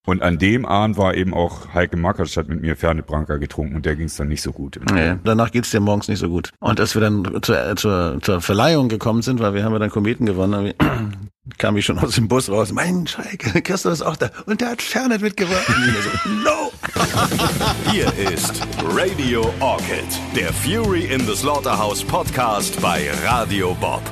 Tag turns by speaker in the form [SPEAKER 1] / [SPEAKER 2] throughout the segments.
[SPEAKER 1] Und an dem Abend war eben auch Heike Makatsch hat mit mir Fernet Branca getrunken und der ging es dann nicht so gut.
[SPEAKER 2] Nee, danach geht's dir morgens nicht so gut. Und als wir dann zur Verleihung gekommen sind, weil wir haben ja dann Kometen gewonnen, kam ich schon aus dem Bus raus. Mensch, Heike, Christoph ist auch da. Und der hat Fernet mitgebracht. Und ich so, no!
[SPEAKER 3] Hier ist Radio Orchid, der Fury in the Slaughterhouse Podcast bei Radio Bob.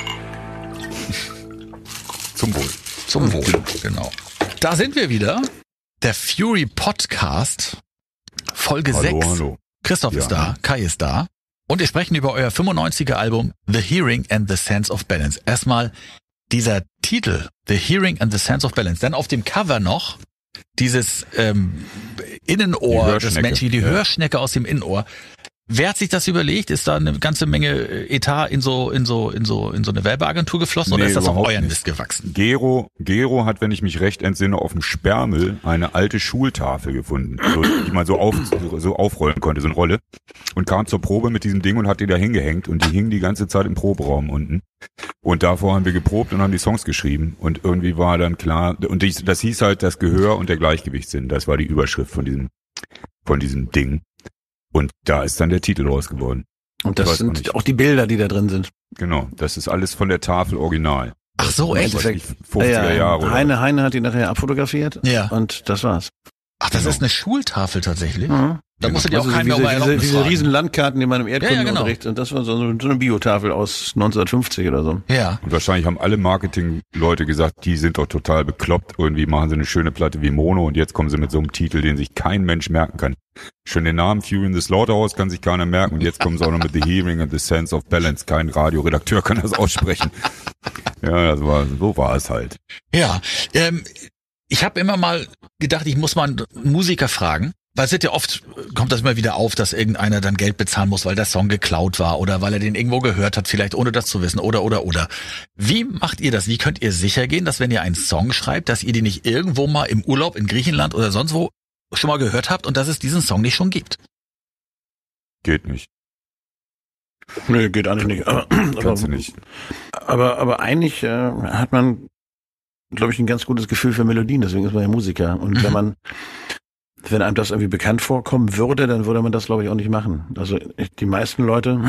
[SPEAKER 1] Zum Wohl.
[SPEAKER 4] Zum Wohl, genau. Da sind wir wieder. Der Fury Podcast, Folge 6.
[SPEAKER 1] Hallo.
[SPEAKER 4] Christoph ist da, Kai ist da. Und wir sprechen über euer 95er Album The Hearing and the Sense of Balance. Erstmal dieser Titel, The Hearing and the Sense of Balance. Dann auf dem Cover noch dieses Innenohr des Menschen, die Hörschnecke aus dem Innenohr. Wer hat sich das überlegt? Ist da eine ganze Menge Etat in so eine Werbeagentur geflossen oder ist das auf euren Mist gewachsen?
[SPEAKER 1] Gero hat, wenn ich mich recht entsinne, auf dem Sperrmüll eine alte Schultafel gefunden, die man so aufrollen konnte, so eine Rolle. Und kam zur Probe mit diesem Ding und hat die da hingehängt und die hing die ganze Zeit im Proberaum unten. Und davor haben wir geprobt und haben die Songs geschrieben und irgendwie war dann klar, und das hieß halt das Gehör und der Gleichgewichtssinn. Das war die Überschrift von diesem Ding. Und da ist dann der Titel raus geworden.
[SPEAKER 2] Und das sind auch die Bilder, die da drin sind.
[SPEAKER 1] Genau, das ist alles von der Tafel original.
[SPEAKER 4] Ach so, echt?
[SPEAKER 1] 50er Jahre. Oder?
[SPEAKER 2] Heine hat die nachher abfotografiert.
[SPEAKER 4] Ja.
[SPEAKER 2] Und das war's.
[SPEAKER 4] Ach, das ist eine Schultafel tatsächlich?
[SPEAKER 2] Mhm.
[SPEAKER 4] Da musstet ihr auch keinen mehr um Erlaubnis
[SPEAKER 2] diese
[SPEAKER 4] fragen.
[SPEAKER 2] riesen Landkarten, die man im Erdkundenunterricht,
[SPEAKER 4] genau.
[SPEAKER 2] Und das war so eine Biotafel aus 1950 oder so.
[SPEAKER 4] Ja.
[SPEAKER 1] Und wahrscheinlich haben alle Marketing-Leute gesagt, die sind doch total bekloppt. Irgendwie machen sie eine schöne Platte wie Mono und jetzt kommen sie mit so einem Titel, den sich kein Mensch merken kann. Schon den Namen Fury in the Slaughterhouse kann sich keiner merken und jetzt kommen sie auch noch mit The Hearing and the Sense of Balance. Kein Radioredakteur kann das aussprechen. Ja, so war es halt.
[SPEAKER 4] Ja, ich habe immer mal gedacht, ich muss mal einen Musiker fragen. Weil es wird ja oft, kommt das immer wieder auf, dass irgendeiner dann Geld bezahlen muss, weil der Song geklaut war oder weil er den irgendwo gehört hat, vielleicht ohne das zu wissen oder. Wie macht ihr das? Wie könnt ihr sicher gehen, dass wenn ihr einen Song schreibt, dass ihr den nicht irgendwo mal im Urlaub in Griechenland oder sonst wo schon mal gehört habt und dass es diesen Song nicht schon gibt?
[SPEAKER 1] Geht nicht.
[SPEAKER 2] Nö, geht eigentlich nicht.
[SPEAKER 1] Kannst du nicht.
[SPEAKER 2] Aber eigentlich hat man, glaube ich, ein ganz gutes Gefühl für Melodien, deswegen ist man ja Musiker. Und wenn einem das irgendwie bekannt vorkommen würde, dann würde man das, glaube ich, auch nicht machen. Also die meisten Leute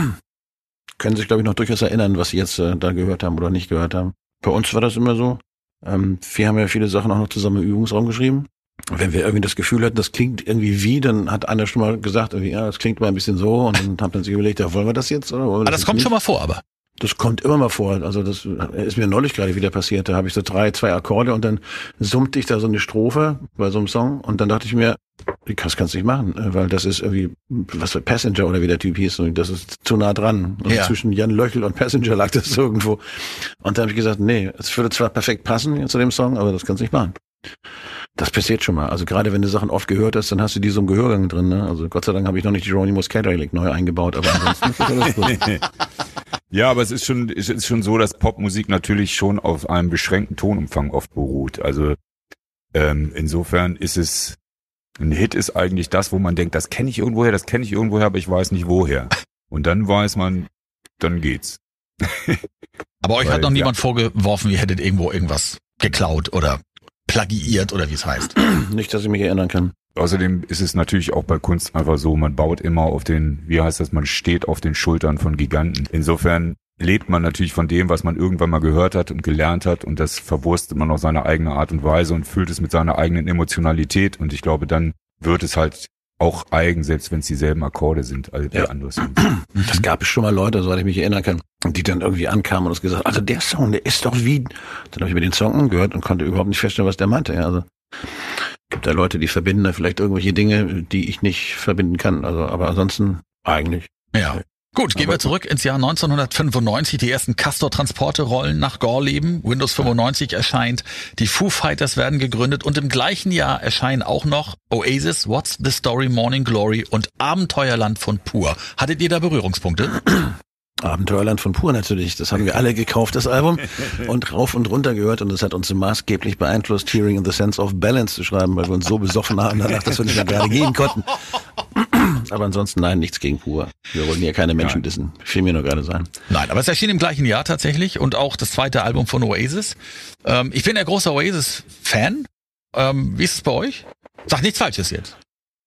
[SPEAKER 2] können sich, glaube ich, noch durchaus erinnern, was sie jetzt da gehört haben oder nicht gehört haben. Bei uns war das immer so. Wir haben ja viele Sachen auch noch zusammen im Übungsraum geschrieben. Wenn wir irgendwie das Gefühl hatten, das klingt irgendwie wie, dann hat einer schon mal gesagt, irgendwie, ja, das klingt mal ein bisschen so und dann hat man sich überlegt, ja, wollen wir das jetzt? Oder wollen wir
[SPEAKER 4] Das kommt schon mal vor, aber.
[SPEAKER 2] Das kommt immer mal vor. Also das ist mir neulich gerade wieder passiert. Da habe ich so zwei Akkorde und dann summte ich da so eine Strophe bei so einem Song und dann dachte ich mir, das kannst du nicht machen, weil das ist irgendwie, was für Passenger oder wie der Typ hieß, und das ist zu nah dran. Und zwischen Jan Löchel und Passenger lag das irgendwo. Und da habe ich gesagt, nee, es würde zwar perfekt passen zu dem Song, aber das kannst du nicht machen. Das passiert schon mal. Also gerade wenn du Sachen oft gehört hast, dann hast du die so im Gehörgang drin. Ne? Also Gott sei Dank habe ich noch nicht die Ronnie Muscatalic neu eingebaut, aber ansonsten ist alles gut.
[SPEAKER 1] Ja, aber es ist schon so, dass Popmusik natürlich schon auf einem beschränkten Tonumfang oft beruht. Also insofern ist es, ein Hit ist eigentlich das, wo man denkt, das kenne ich irgendwoher, aber ich weiß nicht woher. Und dann weiß man, dann geht's.
[SPEAKER 4] Aber euch hat noch niemand vorgeworfen, ihr hättet irgendwo irgendwas geklaut oder plagiiert oder wie es heißt.
[SPEAKER 2] Nicht, dass ich mich erinnern kann.
[SPEAKER 1] Außerdem ist es natürlich auch bei Kunst einfach so, man baut immer auf man steht auf den Schultern von Giganten. Insofern lebt man natürlich von dem, was man irgendwann mal gehört hat und gelernt hat und das verwurstet man auf seine eigene Art und Weise und füllt es mit seiner eigenen Emotionalität und ich glaube, dann wird es halt auch eigen, selbst wenn es dieselben Akkorde sind, als bei anderen Songs.
[SPEAKER 2] Das gab es schon mal Leute, soweit ich mich erinnern kann, die dann irgendwie ankamen und uns gesagt, also der Song, der ist doch wie, dann habe ich mir den Song angehört und konnte überhaupt nicht feststellen, was der meinte. Ja, also gibt da Leute, die verbinden da vielleicht irgendwelche Dinge, die ich nicht verbinden kann. Also, aber ansonsten eigentlich.
[SPEAKER 4] Ja. Gut, gehen wir zurück ins Jahr 1995. Die ersten Castor-Transporte rollen nach Gorleben. Windows 95 erscheint. Die Foo Fighters werden gegründet. Und im gleichen Jahr erscheinen auch noch Oasis, What's the Story, Morning Glory und Abenteuerland von Pur. Hattet ihr da Berührungspunkte?
[SPEAKER 2] Abenteuerland von Pur natürlich. Das haben wir alle gekauft, das Album. Und rauf und runter gehört. Und das hat uns maßgeblich beeinflusst, Hearing in the Sense of Balance zu schreiben, weil wir uns so besoffen haben danach, dass wir nicht mehr gerade gehen konnten. Aber ansonsten nein, nichts gegen Pur. Wir wollen hier keine Menschen dissen. Fiel mir nur gerade sein.
[SPEAKER 4] Nein, aber es erschien im gleichen Jahr tatsächlich und auch das zweite Album von Oasis. Ich bin ein großer Oasis-Fan. Wie ist es bei euch? Sag nichts Falsches jetzt.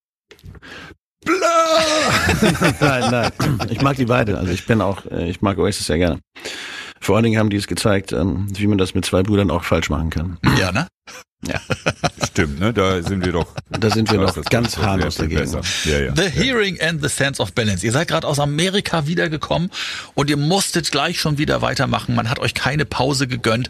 [SPEAKER 2] Nein. Ich mag die beide. Also ich mag Oasis sehr gerne. Vor allen Dingen haben die es gezeigt, wie man das mit zwei Brüdern auch falsch machen kann.
[SPEAKER 4] Ja, ne?
[SPEAKER 2] Ja.
[SPEAKER 1] Stimmt, ne? Da sind wir doch
[SPEAKER 2] ganz harmlos dagegen.
[SPEAKER 1] Ja.
[SPEAKER 4] The Hearing and the Sense of Balance. Ihr seid gerade aus Amerika wiedergekommen und ihr musstet gleich schon wieder weitermachen. Man hat euch keine Pause gegönnt.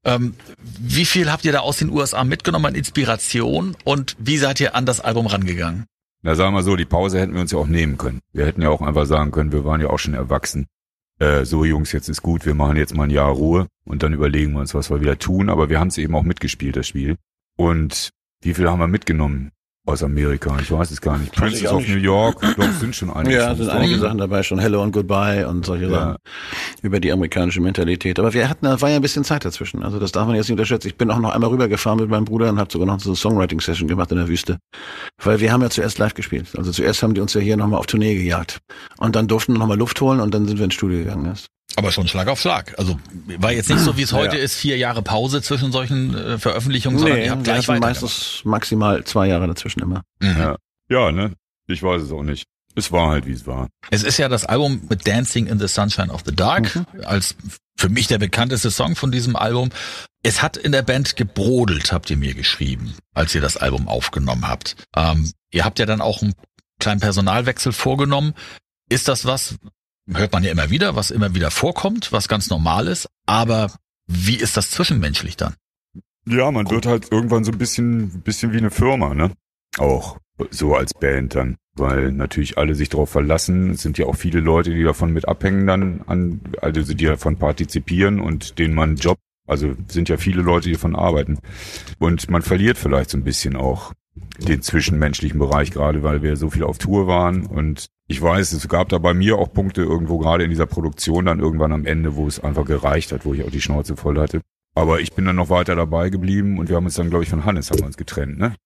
[SPEAKER 4] Wie viel habt ihr da aus den USA mitgenommen an Inspiration und wie seid ihr an das Album rangegangen?
[SPEAKER 1] Na, sagen wir so, die Pause hätten wir uns ja auch nehmen können. Wir hätten ja auch einfach sagen können, wir waren ja auch schon erwachsen. So Jungs, jetzt ist gut, wir machen jetzt mal ein Jahr Ruhe und dann überlegen wir uns, was wir wieder tun. Aber wir haben es eben auch mitgespielt, das Spiel. Und wie viel haben wir mitgenommen aus Amerika? Ich weiß es gar nicht. Princess of New York, doch, sind schon einige.
[SPEAKER 2] Ja, sind einige Sachen dabei, schon Hello and Goodbye und solche Sachen über die amerikanische Mentalität. Aber da war ja ein bisschen Zeit dazwischen. Also das darf man jetzt nicht unterschätzen. Ich bin auch noch einmal rübergefahren mit meinem Bruder und habe sogar noch so eine Songwriting-Session gemacht in der Wüste. Weil wir haben ja zuerst live gespielt. Also zuerst haben die uns ja hier nochmal auf Tournee gejagt. Und dann durften wir nochmal Luft holen und dann sind wir ins Studio gegangen erst.
[SPEAKER 4] Aber schon Schlag auf Schlag. Also war jetzt nicht so, wie es heute ist, 4 Jahre Pause zwischen solchen Veröffentlichungen, sondern ihr habt gleich weiter.
[SPEAKER 2] Meistens maximal 2 Jahre dazwischen immer.
[SPEAKER 4] Mhm.
[SPEAKER 1] Ja, ne? Ich weiß es auch nicht. Es war halt, wie es war.
[SPEAKER 4] Es ist ja das Album mit Dancing in the Sunshine of the Dark, als für mich der bekannteste Song von diesem Album. Es hat in der Band gebrodelt, habt ihr mir geschrieben, als ihr das Album aufgenommen habt. Ihr habt ja dann auch einen kleinen Personalwechsel vorgenommen. Ist das was, hört man ja immer wieder, was immer wieder vorkommt, was ganz normal ist, aber wie ist das zwischenmenschlich dann?
[SPEAKER 1] Ja, man wird halt irgendwann so ein bisschen wie eine Firma, ne? Auch so als Band dann, weil natürlich alle sich darauf verlassen. Es sind ja auch viele Leute, die davon mit abhängen dann also die davon partizipieren und denen man Job, also sind ja viele Leute, die davon arbeiten. Und man verliert vielleicht so ein bisschen auch den zwischenmenschlichen Bereich, gerade weil wir so viel auf Tour waren. Und ich weiß, es gab da bei mir auch Punkte irgendwo gerade in dieser Produktion dann irgendwann am Ende, wo es einfach gereicht hat, wo ich auch die Schnauze voll hatte. Aber ich bin dann noch weiter dabei geblieben und wir haben uns dann, glaube ich, von Hannes haben wir uns getrennt, ne?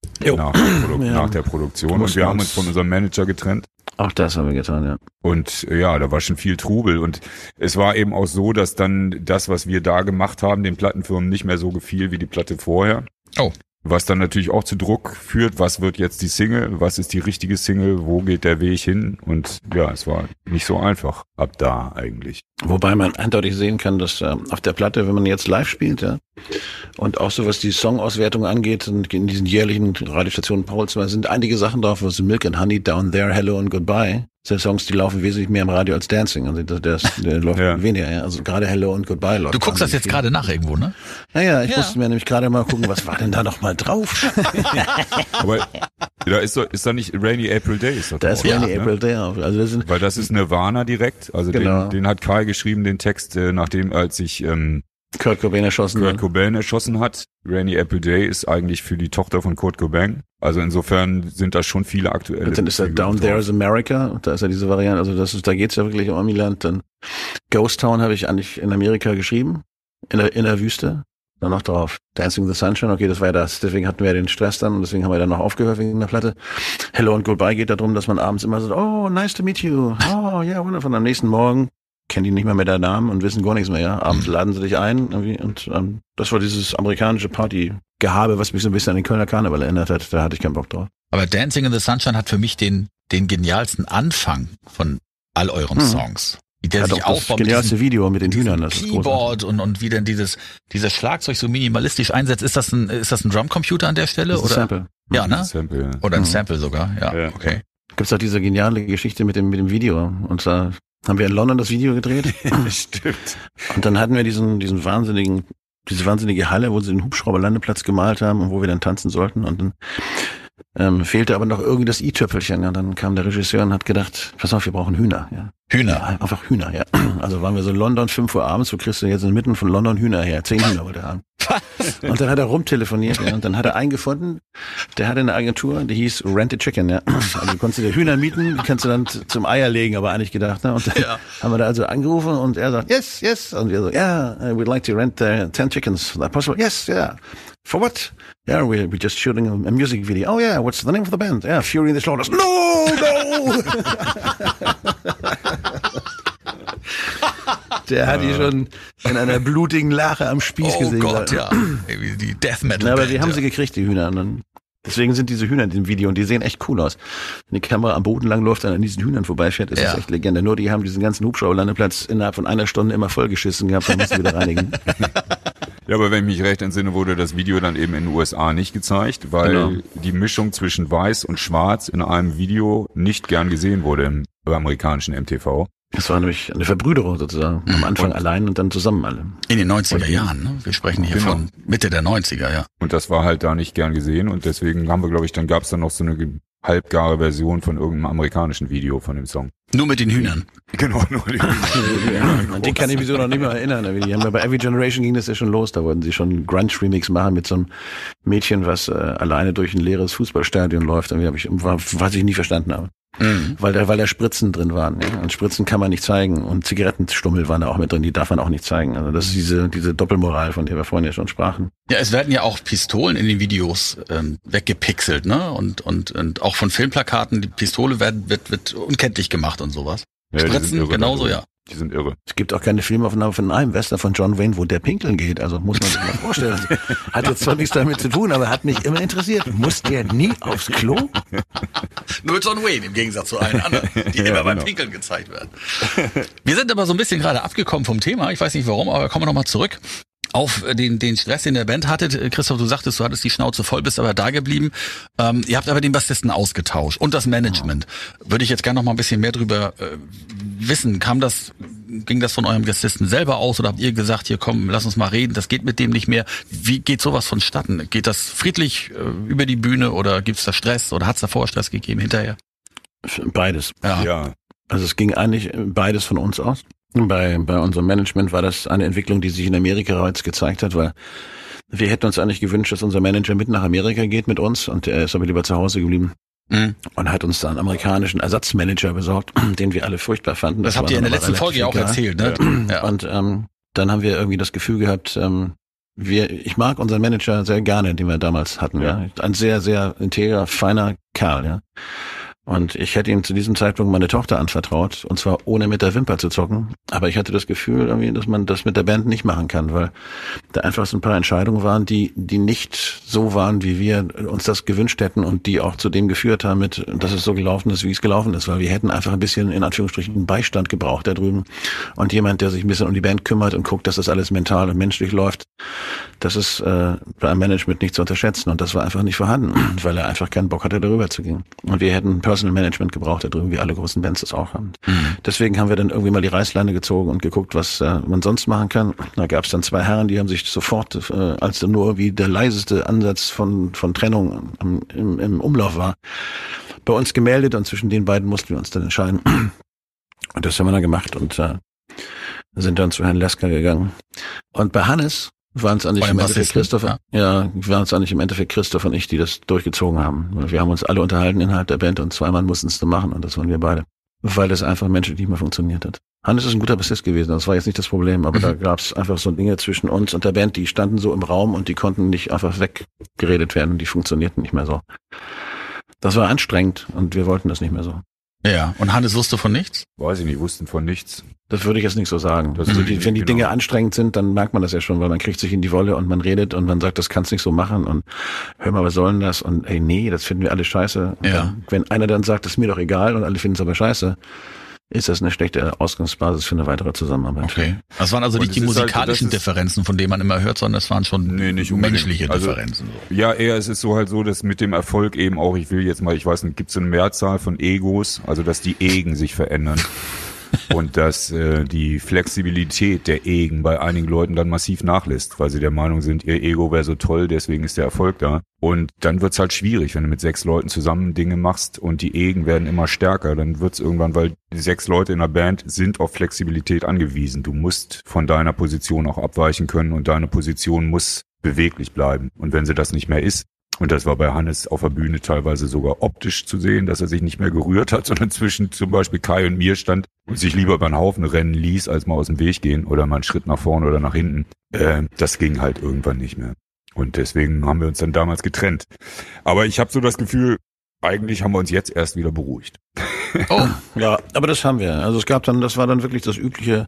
[SPEAKER 1] Nach der Produktion. Und wir haben uns von unserem Manager getrennt.
[SPEAKER 2] Auch das haben wir getan, ja.
[SPEAKER 1] Und ja, da war schon viel Trubel. Und es war eben auch so, dass dann das, was wir da gemacht haben, den Plattenfirmen nicht mehr so gefiel wie die Platte vorher.
[SPEAKER 4] Oh.
[SPEAKER 1] Was dann natürlich auch zu Druck führt. Was wird jetzt die Single? Was ist die richtige Single? Wo geht der Weg hin? Und ja, es war nicht so einfach ab da eigentlich.
[SPEAKER 2] Wobei man eindeutig sehen kann, dass auf der Platte, wenn man jetzt live spielt, ja, und auch so was die Songauswertung angeht, und in diesen jährlichen Radiostationen Pauls, sind einige Sachen drauf, was Milk and Honey, Down There, Hello and Goodbye. Das sind Songs, die laufen wesentlich mehr im Radio als Dancing. Also der läuft weniger, ja. Also gerade Hello and Goodbye läuft.
[SPEAKER 4] Du guckst das jetzt gerade nach irgendwo, ne?
[SPEAKER 2] Naja, ich musste mir nämlich gerade mal gucken, was war denn da noch mal drauf?
[SPEAKER 1] Aber da ist da nicht Rainy April Day? Ist
[SPEAKER 2] da ist Rainy April Day auf. Also
[SPEAKER 1] weil das ist Nirvana direkt. Also
[SPEAKER 2] genau.
[SPEAKER 1] Den hat Kai geschrieben, den Text, nachdem, als sich
[SPEAKER 2] Kurt Cobain
[SPEAKER 1] erschossen hat. Rainy April Day ist eigentlich für die Tochter von Kurt Cobain. Also insofern sind da schon viele aktuelle.
[SPEAKER 2] Und dann ist da Down There is America. Und da ist ja diese Variante. Also da geht's ja wirklich um Amiland. Dann Ghost Town habe ich eigentlich in Amerika geschrieben. In der Wüste. Dann noch drauf. Dancing in the Sunshine. Okay, das war ja das. Deswegen hatten wir ja den Stress dann. Und deswegen haben wir dann noch aufgehört wegen der Platte. Hello and Goodbye geht darum, dass man abends immer sagt, oh, nice to meet you. Oh, yeah, wundervoll. Und am nächsten Morgen kennen die nicht mehr deinen Namen und wissen gar nichts mehr, ja. Abends laden sie dich ein irgendwie und das war dieses amerikanische Partygehabe, was mich so ein bisschen an den Kölner Karneval erinnert hat. Da hatte ich keinen Bock drauf.
[SPEAKER 4] Aber Dancing in the Sunshine hat für mich den genialsten Anfang von all euren Songs. Wie der sich aufbaut.
[SPEAKER 2] Das genialste Video mit den Hühnern. Das
[SPEAKER 4] Keyboard und wie denn dieses Schlagzeug so minimalistisch einsetzt. Ist das ein Drumcomputer an der Stelle?
[SPEAKER 2] Das ist
[SPEAKER 4] oder?
[SPEAKER 2] ein Sample.
[SPEAKER 4] Ja, ne?
[SPEAKER 1] Ein Sample, ja.
[SPEAKER 4] Oder ein Sample sogar, ja. Okay.
[SPEAKER 2] Gibt's auch diese geniale Geschichte mit dem Video. Und zwar haben wir in London das Video gedreht.
[SPEAKER 1] Stimmt.
[SPEAKER 2] Und dann hatten wir diese wahnsinnige Halle, wo sie den Hubschrauberlandeplatz gemalt haben und wo wir dann tanzen sollten. Und dann fehlte aber noch irgendwie das i-Tüpfelchen. Und dann kam der Regisseur und hat gedacht, pass auf, wir brauchen Hühner. Ja.
[SPEAKER 4] Hühner?
[SPEAKER 2] Ja, einfach Hühner, ja. Also waren wir so in London, 5 Uhr abends, wo kriegst du jetzt inmitten von London Hühner her? 10 Hühner wollte er haben. Und dann hat er rumtelefoniert, ja, und dann hat er einen gefunden, der hatte eine Agentur, die hieß Rent a Chicken, ja. Also du konntest dir Hühner mieten, die kannst du dann zum Eier legen, aber eigentlich gedacht, ne? Und dann haben wir da also angerufen und er sagt, yes. Und wir so, we'd like to rent 10 chickens. Is that possible? Yes, yeah. For what? Yeah, we're just shooting a music video. Oh yeah, what's the name of the band? Yeah, Fury in the Slaughterhouse. No! Der hat die schon in einer blutigen Lache am Spieß gesehen.
[SPEAKER 4] Oh Gott, ja. Die Death Metal.
[SPEAKER 2] Na, aber die haben sie gekriegt, die Hühner. Und dann, deswegen sind diese Hühner in diesem Video und die sehen echt cool aus. Wenn die Kamera am Boden lang läuft und an diesen Hühnern vorbeifährt, ist das echt Legende. Nur die haben diesen ganzen Hubschrauberlandeplatz innerhalb von einer Stunde immer vollgeschissen gehabt, dann mussten sie wieder reinigen.
[SPEAKER 1] Ja, aber wenn ich mich recht entsinne, wurde das Video dann eben in den USA nicht gezeigt, weil die Mischung zwischen weiß und schwarz in einem Video nicht gern gesehen wurde im amerikanischen MTV.
[SPEAKER 2] Das war nämlich eine Verbrüderung sozusagen. Am Anfang allein und dann zusammen alle.
[SPEAKER 4] In den 90er Jahren, ne? Wir sprechen hier von Mitte der 90er, ja.
[SPEAKER 1] Und das war halt da nicht gern gesehen und deswegen haben wir, glaube ich, dann gab es dann noch so eine halbgare Version von irgendeinem amerikanischen Video von dem Song.
[SPEAKER 4] Nur mit den Hühnern.
[SPEAKER 1] Genau, nur mit den Hühnern.
[SPEAKER 2] An den kann ich mich so noch nicht mehr erinnern. Die haben ja bei Every Generation ging das ja schon los. Da wollten sie schon einen Grunge-Remix machen mit so einem Mädchen, was alleine durch ein leeres Fußballstadion läuft. Was ich nie verstanden habe. Weil da Spritzen drin waren. Ja. Und Spritzen kann man nicht zeigen. Und Zigarettenstummel waren da auch mit drin, die darf man auch nicht zeigen. Also das ist diese Doppelmoral, von der wir vorhin ja schon sprachen.
[SPEAKER 4] Ja, es werden ja auch Pistolen in den Videos weggepixelt, ne? Und auch von Filmplakaten, die Pistole wird unkenntlich gemacht und sowas.
[SPEAKER 1] Ja,
[SPEAKER 4] Spritzen genauso, ja.
[SPEAKER 1] Die sind irre.
[SPEAKER 2] Es gibt auch keine Filmaufnahme von einem Western von John Wayne, wo der pinkeln geht. Also muss man sich mal vorstellen. Hat jetzt zwar nichts damit zu tun, aber hat mich immer interessiert. Muss der nie aufs Klo?
[SPEAKER 4] Nur John Wayne im Gegensatz zu allen anderen, die immer beim Pinkeln gezeigt werden. Wir sind aber so ein bisschen gerade abgekommen vom Thema. Ich weiß nicht warum, aber kommen wir nochmal zurück auf den Stress, den der Band hattet. Christoph, du sagtest, du hattest die Schnauze voll, bist aber da geblieben. Ihr habt aber den Bassisten ausgetauscht und das Management. Würde ich jetzt gerne noch mal ein bisschen mehr drüber wissen. Ging das von eurem Bassisten selber aus oder habt ihr gesagt, hier komm, lass uns mal reden, das geht mit dem nicht mehr. Wie geht sowas vonstatten? Geht das friedlich über die Bühne oder gibt's da Stress oder hat's da vorher Stress gegeben hinterher?
[SPEAKER 2] Beides.
[SPEAKER 1] Ja.
[SPEAKER 2] Also es ging eigentlich beides von uns aus. Bei unserem Management war das eine Entwicklung, die sich in Amerika bereits gezeigt hat, weil wir hätten uns eigentlich gewünscht, dass unser Manager mit nach Amerika geht mit uns und er ist aber lieber zu Hause geblieben und hat uns da einen amerikanischen Ersatzmanager besorgt, den wir alle furchtbar fanden.
[SPEAKER 4] Das habt ihr in der letzten Folge ja auch erzählt, ne?
[SPEAKER 2] Ja. Und dann haben wir irgendwie das Gefühl gehabt, ich mag unseren Manager sehr gerne, den wir damals hatten. Ja. Ein sehr, sehr integrer, feiner Kerl, ja. Und ich hätte ihm zu diesem Zeitpunkt meine Tochter anvertraut, und zwar ohne mit der Wimper zu zucken. Aber ich hatte das Gefühl, irgendwie, dass man das mit der Band nicht machen kann, weil da einfach so ein paar Entscheidungen waren, die nicht so waren, wie wir uns das gewünscht hätten und die auch zu dem geführt haben, dass es so gelaufen ist, wie es gelaufen ist. Weil wir hätten einfach ein bisschen, in Anführungsstrichen, Beistand gebraucht da drüben. Und jemand, der sich ein bisschen um die Band kümmert und guckt, dass das alles mental und menschlich läuft, das ist bei einem Management nicht zu unterschätzen. Und das war einfach nicht vorhanden, weil er einfach keinen Bock hatte, darüber zu gehen. Und wir hätten Personal Management gebraucht da drüben, wie alle großen Bands das auch haben. Deswegen haben wir dann irgendwie mal die Reißleine gezogen und geguckt, was man sonst machen kann. Da gab es dann zwei Herren, die haben sich sofort, als dann nur wie der leiseste Ansatz von Trennung im Umlauf war, bei uns gemeldet und zwischen den beiden mussten wir uns dann entscheiden. Und das haben wir dann gemacht und sind dann zu Herrn Leska gegangen. Und bei Hannes waren es eigentlich im Endeffekt Christoph, waren es eigentlich im Endeffekt Christoph und ich, die das durchgezogen haben. Wir haben uns alle unterhalten innerhalb der Band und zweimal mussten es machen und das waren wir beide. Weil das einfach menschlich nicht mehr funktioniert hat. Hannes ist ein guter Bassist gewesen, das war jetzt nicht das Problem, aber da gab es einfach so Dinge zwischen uns und der Band, die standen so im Raum und die konnten nicht einfach weggeredet werden und die funktionierten nicht mehr so. Das war anstrengend und wir wollten das nicht mehr so.
[SPEAKER 4] Ja, und Hannes wusste von nichts?
[SPEAKER 1] Weiß ich nicht, wussten von nichts.
[SPEAKER 2] Das würde ich jetzt nicht so sagen. Also wenn die Dinge anstrengend sind, dann merkt man das ja schon, weil man kriegt sich in die Wolle und man redet und man sagt, das kannst nicht so machen und hör mal, was soll denn das? Und ey, nee, das finden wir alle scheiße. Und dann, wenn einer dann sagt, das ist mir doch egal und alle finden es aber scheiße, ist das eine schlechte Ausgangsbasis für eine weitere Zusammenarbeit.
[SPEAKER 4] Okay. Das waren also nicht die musikalischen Differenzen, von denen man immer hört, sondern das waren schon menschliche Differenzen.
[SPEAKER 1] Ja, eher es ist so halt so, dass mit dem Erfolg eben auch, ich weiß nicht, gibt es eine Mehrzahl von Egos, also dass die Egen sich verändern. Und dass die Flexibilität der Egen bei einigen Leuten dann massiv nachlässt, weil sie der Meinung sind, ihr Ego wäre so toll, deswegen ist der Erfolg da. Und dann wird's halt schwierig, wenn du mit 6 Leuten zusammen Dinge machst und die Egen werden immer stärker, dann wird's irgendwann, weil die 6 Leute in der Band sind auf Flexibilität angewiesen. Du musst von deiner Position auch abweichen können und deine Position muss beweglich bleiben. Und wenn sie das nicht mehr ist, und das war bei Hannes auf der Bühne teilweise sogar optisch zu sehen, dass er sich nicht mehr gerührt hat, sondern zwischen zum Beispiel Kai und mir stand und sich lieber über den Haufen rennen ließ, als mal aus dem Weg gehen oder mal einen Schritt nach vorne oder nach hinten. Das ging halt irgendwann nicht mehr. Und deswegen haben wir uns dann damals getrennt. Aber ich habe so das Gefühl, eigentlich haben wir uns jetzt erst wieder beruhigt.
[SPEAKER 4] Oh,
[SPEAKER 2] Ja, aber das haben wir. Also das war dann wirklich das übliche,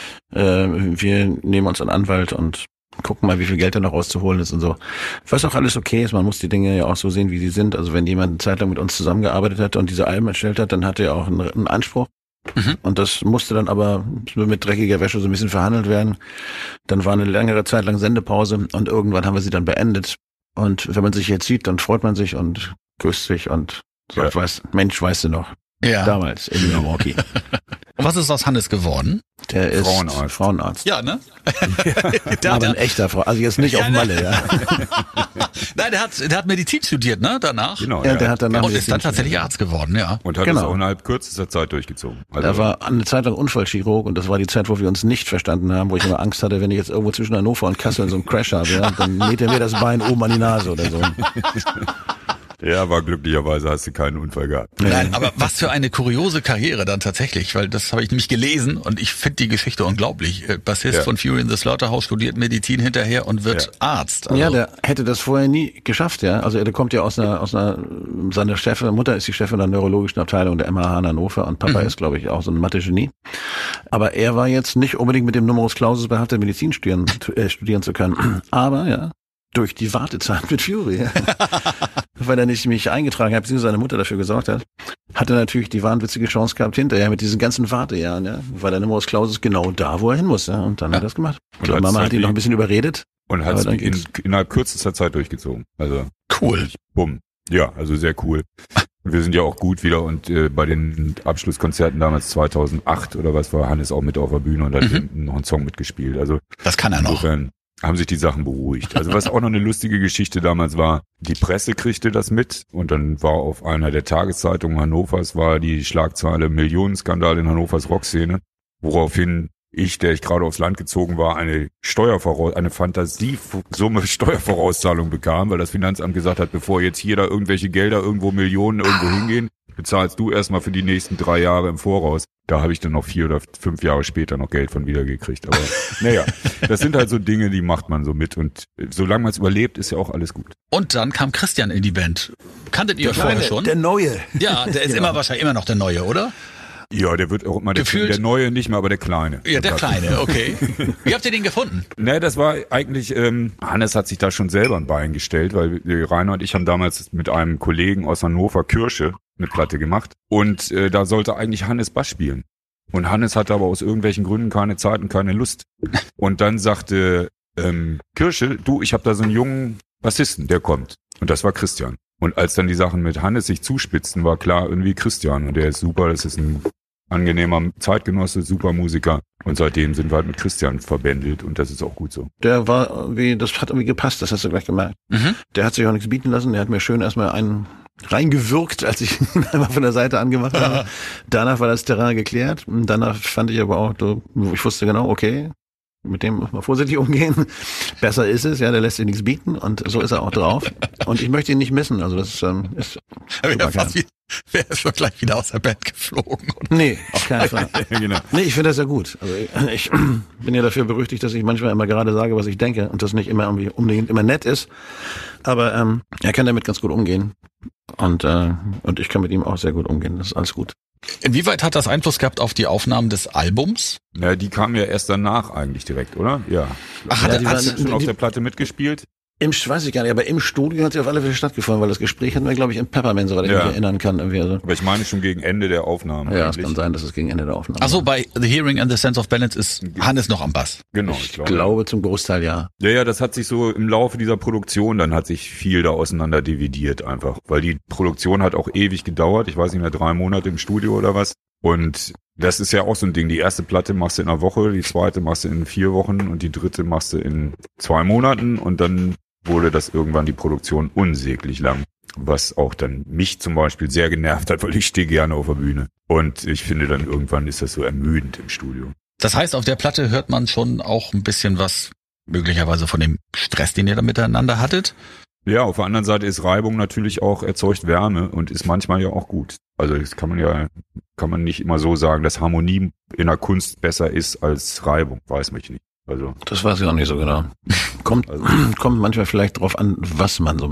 [SPEAKER 2] wir nehmen uns einen Anwalt und gucken mal, wie viel Geld da noch rauszuholen ist und so. Was auch alles okay ist, man muss die Dinge ja auch so sehen, wie sie sind. Also wenn jemand eine Zeit lang mit uns zusammengearbeitet hat und diese Alben erstellt hat, dann hatte er auch einen Anspruch. Und das musste dann aber mit dreckiger Wäsche so ein bisschen verhandelt werden. Dann war eine längere Zeit lang Sendepause und irgendwann haben wir sie dann beendet. Und wenn man sich jetzt sieht, dann freut man sich und küsst sich und sagt, Mensch, weißt du noch,
[SPEAKER 4] ja.
[SPEAKER 2] damals in Milwaukee.
[SPEAKER 4] Und was ist aus Hannes geworden?
[SPEAKER 2] Der ist
[SPEAKER 1] Frauenarzt.
[SPEAKER 2] Frauenarzt.
[SPEAKER 4] Ja, ne?
[SPEAKER 2] Aber ein echter Frau, also jetzt nicht auf Malle, ja.
[SPEAKER 4] Nein, der hat Medizin studiert, ne, danach.
[SPEAKER 1] Genau,
[SPEAKER 2] Ja, der hat danach
[SPEAKER 4] Und ist
[SPEAKER 2] Medizin
[SPEAKER 4] dann tatsächlich
[SPEAKER 2] studiert.
[SPEAKER 4] Arzt geworden, ja.
[SPEAKER 1] Und hat
[SPEAKER 2] Genau.
[SPEAKER 1] es auch innerhalb kürzester Zeit durchgezogen. Also,
[SPEAKER 2] Er war eine Zeit lang Unfallchirurg und das war die Zeit, wo wir uns nicht verstanden haben, wo ich immer Angst hatte, wenn ich jetzt irgendwo zwischen Hannover und Kassel in so einem Crash habe, ja, dann näht er mir das Bein oben an die Nase oder so.
[SPEAKER 1] ja, aber glücklicherweise hast du keinen Unfall gehabt.
[SPEAKER 4] Nein, aber was für eine kuriose Karriere dann tatsächlich, weil das habe ich nämlich gelesen und ich finde die Geschichte unglaublich. Bassist
[SPEAKER 1] Ja.
[SPEAKER 4] von Fury in the Slaughterhouse, studiert Medizin hinterher und wird Arzt. Also,
[SPEAKER 2] Ja, der hätte das vorher nie geschafft, ja. Also er kommt ja seine Mutter ist die Chefin der neurologischen Abteilung der MH in Hannover und Papa ist, glaube ich, auch so ein Mathe-Genie. Aber er war jetzt nicht unbedingt mit dem Numerus Clausus behaftet, Medizin studieren zu können. Aber, ja, durch die Wartezeit mit Fury, weil er nicht mich eingetragen hat, beziehungsweise seine Mutter dafür gesorgt hat, hat er natürlich die wahnwitzige Chance gehabt hinterher mit diesen ganzen Wartejahren, ja, war der Numerus Clausus genau da, wo er hin muss, ja, und dann hat er das gemacht.
[SPEAKER 1] Und
[SPEAKER 2] Die
[SPEAKER 1] hat's
[SPEAKER 2] Mama hat
[SPEAKER 1] halt
[SPEAKER 2] ihn noch ein bisschen überredet.
[SPEAKER 1] Und hat
[SPEAKER 2] Aber
[SPEAKER 1] es
[SPEAKER 2] dann ging's.
[SPEAKER 1] innerhalb kürzester Zeit durchgezogen. Also
[SPEAKER 4] cool.
[SPEAKER 1] bumm. Ja, also sehr cool. Und wir sind ja auch gut wieder und bei den Abschlusskonzerten damals 2008 oder was war Hannes auch mit auf der Bühne und hat hinten noch einen Song mitgespielt. Also
[SPEAKER 4] Das kann er noch.
[SPEAKER 1] insofern haben sich die Sachen beruhigt. Also was auch noch eine lustige Geschichte damals war, die Presse kriegte das mit und dann war auf einer der Tageszeitungen Hannovers war die Schlagzeile Millionenskandal in Hannovers Rockszene, woraufhin ich, der ich gerade aufs Land gezogen war, eine Fantasiesumme Steuervorauszahlung bekam, weil das Finanzamt gesagt hat, bevor jetzt hier da irgendwelche Gelder irgendwo Millionen irgendwo hingehen, bezahlst du erstmal für die nächsten 3 Jahre im Voraus. Da habe ich dann noch 4 oder 5 Jahre später noch Geld von wiedergekriegt. Aber naja, das sind halt so Dinge, die macht man so mit. Und solange man es überlebt, ist ja auch alles gut.
[SPEAKER 4] Und dann kam Christian in die Band. Kanntet ihr vorher schon?
[SPEAKER 2] Der Neue.
[SPEAKER 4] Ja, der ist wahrscheinlich immer noch der Neue, oder?
[SPEAKER 1] Ja, der wird auch immer
[SPEAKER 4] Gefühlt-
[SPEAKER 1] der Neue, nicht mehr, aber der Kleine.
[SPEAKER 4] Ja, der Kleine, okay. Wie habt ihr den gefunden?
[SPEAKER 1] Ne, das war eigentlich, Hannes hat sich da schon selber ein Bein gestellt, weil Rainer und ich haben damals mit einem Kollegen aus Hannover Kirsche eine Platte gemacht und da sollte eigentlich Hannes Bass spielen. Und Hannes hatte aber aus irgendwelchen Gründen keine Zeit und keine Lust. Und dann sagte Kirsche, du, ich habe da so einen jungen Bassisten, der kommt. Und das war Christian. Und als dann die Sachen mit Hannes sich zuspitzten, war klar, irgendwie Christian. Und der ist super, das ist ein angenehmer Zeitgenosse, super Musiker. Und seitdem sind wir halt mit Christian verbändelt und das ist auch gut so.
[SPEAKER 2] Der war irgendwie, das hat irgendwie gepasst, das hast du gleich gemerkt. Der hat sich auch nichts bieten lassen, der hat mir schön erstmal einen reingewürgt, als ich ihn einmal von der Seite angemacht habe. Danach war das Terrain geklärt. Und danach fand ich aber auch, ich wusste genau, okay, mit dem muss man vorsichtig umgehen. Besser ist es, ja, der lässt sich nichts bieten und so ist er auch drauf. Und ich möchte ihn nicht missen, also das ist
[SPEAKER 4] Wer ist schon gleich wieder aus der Band geflogen?
[SPEAKER 2] Nee, auf keinen Fall.
[SPEAKER 1] Ja, genau.
[SPEAKER 2] Nee, ich finde das ja gut. Also ich bin ja dafür berüchtigt, dass ich manchmal immer gerade sage, was ich denke und das nicht immer irgendwie unbedingt immer nett ist. Aber er kann damit ganz gut umgehen. Und ich kann mit ihm auch sehr gut umgehen. Das ist alles gut.
[SPEAKER 4] Inwieweit hat das Einfluss gehabt auf die Aufnahmen des Albums?
[SPEAKER 1] Ja, die kamen ja erst danach eigentlich direkt, oder? Ja.
[SPEAKER 4] Ach,
[SPEAKER 1] Hat
[SPEAKER 2] die
[SPEAKER 1] er
[SPEAKER 2] waren-
[SPEAKER 1] schon auf
[SPEAKER 2] die-
[SPEAKER 1] der Platte mitgespielt?
[SPEAKER 2] Weiß ich gar nicht, aber im Studio hat sie auf alle Fälle stattgefunden, weil das Gespräch hatten wir, glaube ich, im Peppermint, soweit ich
[SPEAKER 1] Ja.
[SPEAKER 2] mich erinnern kann. Irgendwie also.
[SPEAKER 1] Aber ich meine schon gegen Ende der Aufnahme.
[SPEAKER 2] Ja, es
[SPEAKER 1] eigentlich.
[SPEAKER 2] kann sein, dass es gegen Ende der Aufnahme
[SPEAKER 4] Ach so,
[SPEAKER 2] war.
[SPEAKER 4] bei The Hearing and the Sense of Balance ist Hannes noch am Bass.
[SPEAKER 1] Genau,
[SPEAKER 2] Ich glaube zum Großteil ja.
[SPEAKER 1] Ja, das hat sich so im Laufe dieser Produktion, dann hat sich viel da auseinander dividiert einfach. Weil die Produktion hat auch ewig gedauert. Ich weiß nicht mehr, 3 Monate im Studio oder was. Und das ist ja auch so ein Ding. Die erste Platte machst du in einer Woche, die zweite machst du in 4 Wochen und die dritte machst du in 2 Monaten und dann wurde das irgendwann die Produktion unsäglich lang. Was auch dann mich zum Beispiel sehr genervt hat, weil ich stehe gerne auf der Bühne. Und ich finde dann irgendwann ist das so ermüdend im Studio.
[SPEAKER 4] Das heißt, auf der Platte hört man schon auch ein bisschen was, möglicherweise von dem Stress, den ihr da miteinander hattet.
[SPEAKER 1] Ja, auf der anderen Seite ist Reibung natürlich auch, erzeugt Wärme und ist manchmal ja auch gut. Also das kann man nicht immer so sagen, dass Harmonie in der Kunst besser ist als Reibung. Weiß mich nicht. Also
[SPEAKER 2] Das weiß ich auch nicht so genau. Kommt manchmal vielleicht drauf an, was man so macht.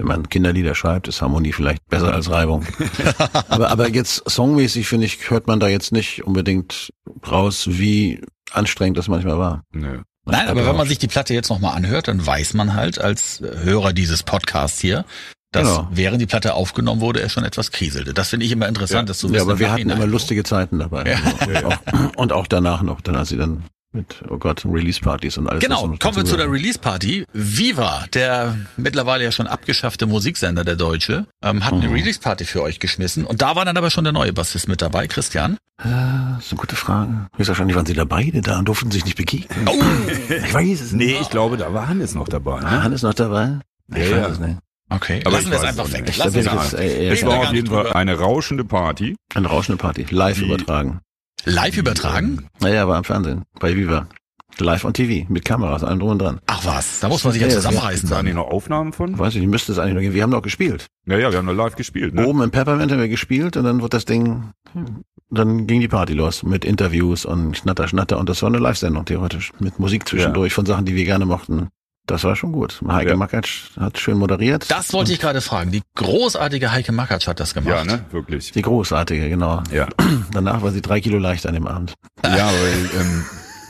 [SPEAKER 2] wenn man Kinderlieder schreibt, ist Harmonie vielleicht besser als Reibung. aber jetzt songmäßig, finde ich, hört man da jetzt nicht unbedingt raus, wie anstrengend das manchmal war.
[SPEAKER 1] Nö.
[SPEAKER 4] Nein, aber wenn man sich die Platte jetzt nochmal anhört, dann weiß man halt als Hörer dieses Podcasts hier, dass während die Platte aufgenommen wurde, er schon etwas kriselte. Das finde ich immer interessant, das zu wissen.
[SPEAKER 2] Ja, aber wir hatten immer lustige Zeiten dabei.
[SPEAKER 4] Ja.
[SPEAKER 2] Also und auch danach noch, dann als sie dann mit, oh Gott, Release-Partys und alles.
[SPEAKER 4] Genau, kommen wir zu der Release-Party. Viva, der mittlerweile ja schon abgeschaffte Musiksender, der Deutsche, hat eine Release-Party für euch geschmissen. Und da war dann aber schon der neue Bassist mit dabei, Christian.
[SPEAKER 2] Das ist eine gute Frage. Höchstwahrscheinlich waren sie da beide da und durften sich nicht begegnen.
[SPEAKER 4] Oh.
[SPEAKER 2] Ich weiß es nicht.
[SPEAKER 1] Nee, ich glaube, da war Hannes noch dabei. Ne?
[SPEAKER 2] Hannes noch dabei? Ich weiß es nicht.
[SPEAKER 4] Okay,
[SPEAKER 1] aber
[SPEAKER 4] lassen wir es einfach weg.
[SPEAKER 2] Da bin ich jetzt,
[SPEAKER 1] Es war auf jeden Fall eine rauschende Party.
[SPEAKER 2] eine rauschende Party. Live übertragen.
[SPEAKER 4] Live übertragen?
[SPEAKER 2] Naja, war im Fernsehen. Bei Viva. Live on TV. Mit Kameras, allem drum und dran.
[SPEAKER 4] Ach was, da muss man sich ja zusammenreißen.
[SPEAKER 1] Da noch Aufnahmen von?
[SPEAKER 2] Weiß ich, müsste es eigentlich noch geben. Wir haben noch gespielt.
[SPEAKER 1] Ja, wir haben noch live gespielt. Ne?
[SPEAKER 2] Oben im Peppermint haben wir gespielt und dann wurde das Ding, dann ging die Party los mit Interviews und Schnatter und das war eine Live-Sendung theoretisch. Mit Musik zwischendurch von Sachen, die wir gerne mochten. Das war schon gut. Heike Makatsch hat schön moderiert.
[SPEAKER 4] Das wollte ich gerade fragen. Die großartige Heike Makatsch hat das gemacht.
[SPEAKER 1] Ja, ne, wirklich.
[SPEAKER 2] Die großartige, genau.
[SPEAKER 1] Ja.
[SPEAKER 2] Danach war sie 3 Kilo leichter an dem Abend.
[SPEAKER 1] Ja, weil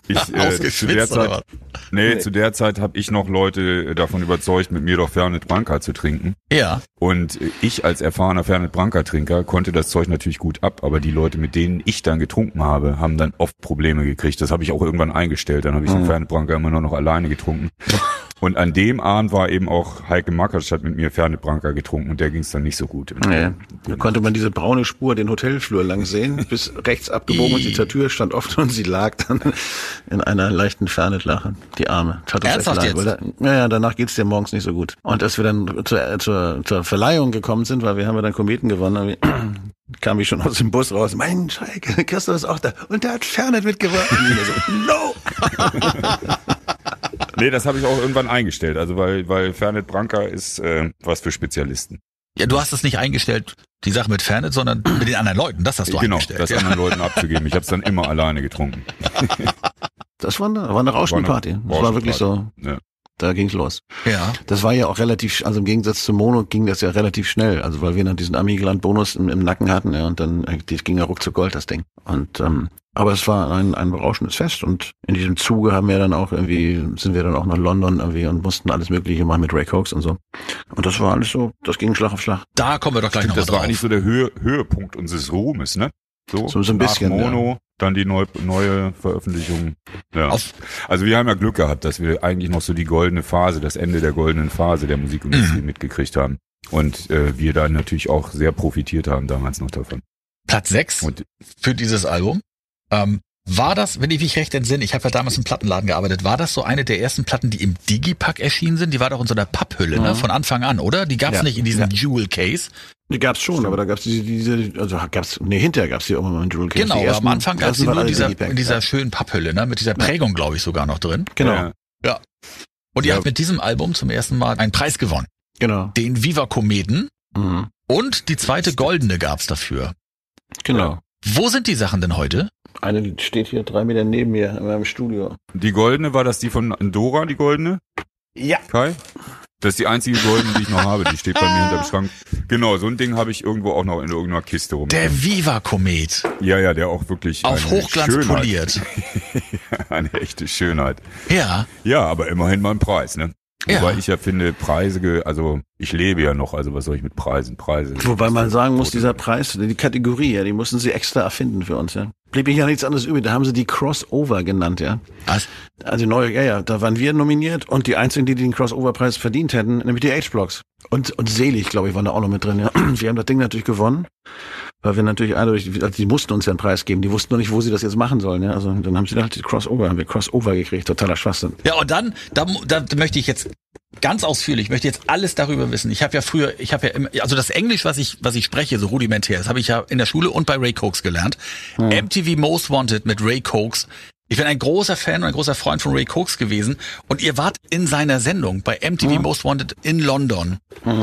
[SPEAKER 1] zu der Zeit habe ich noch Leute davon überzeugt, mit mir doch Fernet Branca zu trinken.
[SPEAKER 4] Ja.
[SPEAKER 1] Und ich als erfahrener Fernet Branca Trinker konnte das Zeug natürlich gut ab, aber die Leute, mit denen ich dann getrunken habe, haben dann oft Probleme gekriegt. Das habe ich auch irgendwann eingestellt. Dann habe ich den Fernet Branca immer nur noch alleine getrunken. Und an dem Abend war eben auch Heike Makatsch hat mit mir Fernet Branca getrunken und der ging es dann nicht so gut.
[SPEAKER 2] Nee. Da konnte man diese braune Spur den Hotelflur lang sehen, bis rechts abgebogen und die Tür stand offen und sie lag dann in einer leichten Fernet-Lache. Die Arme.
[SPEAKER 4] Ernsthaft jetzt?
[SPEAKER 2] Ja, danach geht's dir morgens nicht so gut. Und als wir dann zur Verleihung gekommen sind, weil wir haben ja dann Kometen gewonnen, kam ich schon aus dem Bus raus. Mensch, Heike, Christoph ist auch da. Und der hat Fernet mitgebracht. Und ich so, no!
[SPEAKER 1] Nee, das habe ich auch irgendwann eingestellt, also weil Fernet Branca ist was für Spezialisten.
[SPEAKER 4] Ja, du hast es nicht eingestellt, die Sache mit Fernet, sondern mit den anderen Leuten. Das hast du eingestellt.
[SPEAKER 1] Genau, das anderen Leuten abzugeben. Ich habe es dann immer alleine getrunken.
[SPEAKER 2] Das war eine rauschende Party. Das war wirklich so. Ja. Da ging's los.
[SPEAKER 4] Ja.
[SPEAKER 2] Das war ja auch relativ, also im Gegensatz zu Mono ging das ja relativ schnell, also weil wir dann diesen Amigeland-Bonus im Nacken hatten, ja, und dann ging ja ruckzuck Gold, das Ding. Und aber es war ein berauschendes Fest und in diesem Zuge sind wir dann auch nach London irgendwie und mussten alles Mögliche machen mit Ray Cox und so. Und das war alles so, das ging Schlag auf Schlag.
[SPEAKER 4] Da kommen wir doch gleich noch
[SPEAKER 1] das
[SPEAKER 4] drauf.
[SPEAKER 1] Das war eigentlich so der Höhepunkt unseres Ruhmes, ne? So
[SPEAKER 2] ein bisschen.
[SPEAKER 1] Nach Mono, dann die neue Veröffentlichung. Ja. Also wir haben ja Glück gehabt, dass wir eigentlich noch so die goldene Phase, das Ende der goldenen Phase der Musikindustrie mitgekriegt haben. Und wir da natürlich auch sehr profitiert haben damals noch davon.
[SPEAKER 4] Platz 6 für dieses Album. War das, wenn ich mich recht entsinne, ich habe ja damals im Plattenladen gearbeitet, war das so eine der ersten Platten, die im Digipack erschienen sind? Die war doch in so einer Papphülle, ne? Von Anfang an, oder? Die gab's nicht in diesem Jewel Case.
[SPEAKER 2] Die gab's schon, aber da gab's hinterher gab's die irgendwann mal in Jewel Case.
[SPEAKER 4] Genau, aber am Anfang gab's die nur in dieser schönen Papphülle, ne? Mit dieser Prägung, glaube ich, sogar noch drin.
[SPEAKER 2] Genau.
[SPEAKER 4] Ja. Und ihr habt mit diesem Album zum ersten Mal einen Preis gewonnen.
[SPEAKER 2] Genau.
[SPEAKER 4] Den Viva Kometen. Und die zweite goldene gab's dafür.
[SPEAKER 2] Genau.
[SPEAKER 4] Wo sind die Sachen denn heute?
[SPEAKER 2] Eine steht hier 3 Meter neben mir in meinem Studio.
[SPEAKER 1] Die goldene, war das die von Dora, die goldene?
[SPEAKER 2] Ja.
[SPEAKER 1] Kai? Das ist die einzige goldene, die ich noch habe. Die steht bei mir hinterm Schrank. Genau, so ein Ding habe ich irgendwo auch noch in irgendeiner Kiste rum.
[SPEAKER 4] Der Viva-Komet.
[SPEAKER 1] Ja, der auch wirklich
[SPEAKER 4] auf Hochglanz
[SPEAKER 1] Schönheit.
[SPEAKER 4] Poliert.
[SPEAKER 1] Eine echte Schönheit.
[SPEAKER 4] Ja.
[SPEAKER 1] Ja, aber immerhin mal ein Preis, ne?
[SPEAKER 4] Ja.
[SPEAKER 1] Wobei ich ja finde, Preise, also ich lebe ja noch, also was soll ich mit Preise?
[SPEAKER 2] Wobei man sagen muss, dieser Preis, die Kategorie, ja, die mussten sie extra erfinden für uns, ja. Blieb ja nichts anderes übrig, da haben sie die Crossover genannt, ja.
[SPEAKER 4] Was?
[SPEAKER 2] Also da waren wir nominiert und die einzigen, die den Crossover-Preis verdient hätten, nämlich die H-Blocks. Und Selig, glaube ich, waren da auch noch mit drin, ja. Wir haben das Ding natürlich gewonnen, weil wir natürlich die mussten uns ja einen Preis geben, die wussten noch nicht, wo sie das jetzt machen sollen, ja. Also dann haben sie halt haben wir Crossover gekriegt, totaler Schwachsinn.
[SPEAKER 4] Ja, und dann, da möchte ich jetzt ganz ausführlich, ich möchte jetzt alles darüber wissen. Ich habe ja immer, also das Englisch, was ich spreche, so rudimentär, das habe ich ja in der Schule und bei Ray Cox gelernt. MTV Most Wanted mit Ray Cox. Ich bin ein großer Fan und ein großer Freund von Ray Cox gewesen und ihr wart in seiner Sendung bei MTV Most Wanted in London.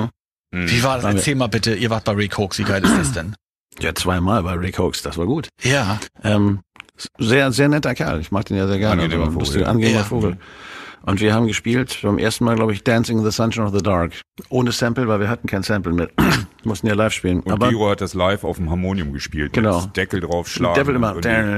[SPEAKER 4] Wie war das? Erzähl mal bitte, ihr wart bei Ray Cox, wie geil ist das denn?
[SPEAKER 2] Ja, 2-mal bei Ray Cox, das war gut.
[SPEAKER 4] Ja.
[SPEAKER 2] Sehr, sehr netter Kerl, ich mag den ja sehr gerne.
[SPEAKER 1] Angenehmer Vogel.
[SPEAKER 2] Angenehmer Vogel. Und wir haben gespielt beim ersten Mal, glaube ich, Dancing in the Sunshine of the Dark. Ohne Sample, weil wir hatten kein Sample mit. Mussten ja live spielen.
[SPEAKER 1] Und Giro hat das live auf dem Harmonium gespielt.
[SPEAKER 2] Genau.
[SPEAKER 1] Mit Deckel drauf schlagen.
[SPEAKER 2] Devil immer.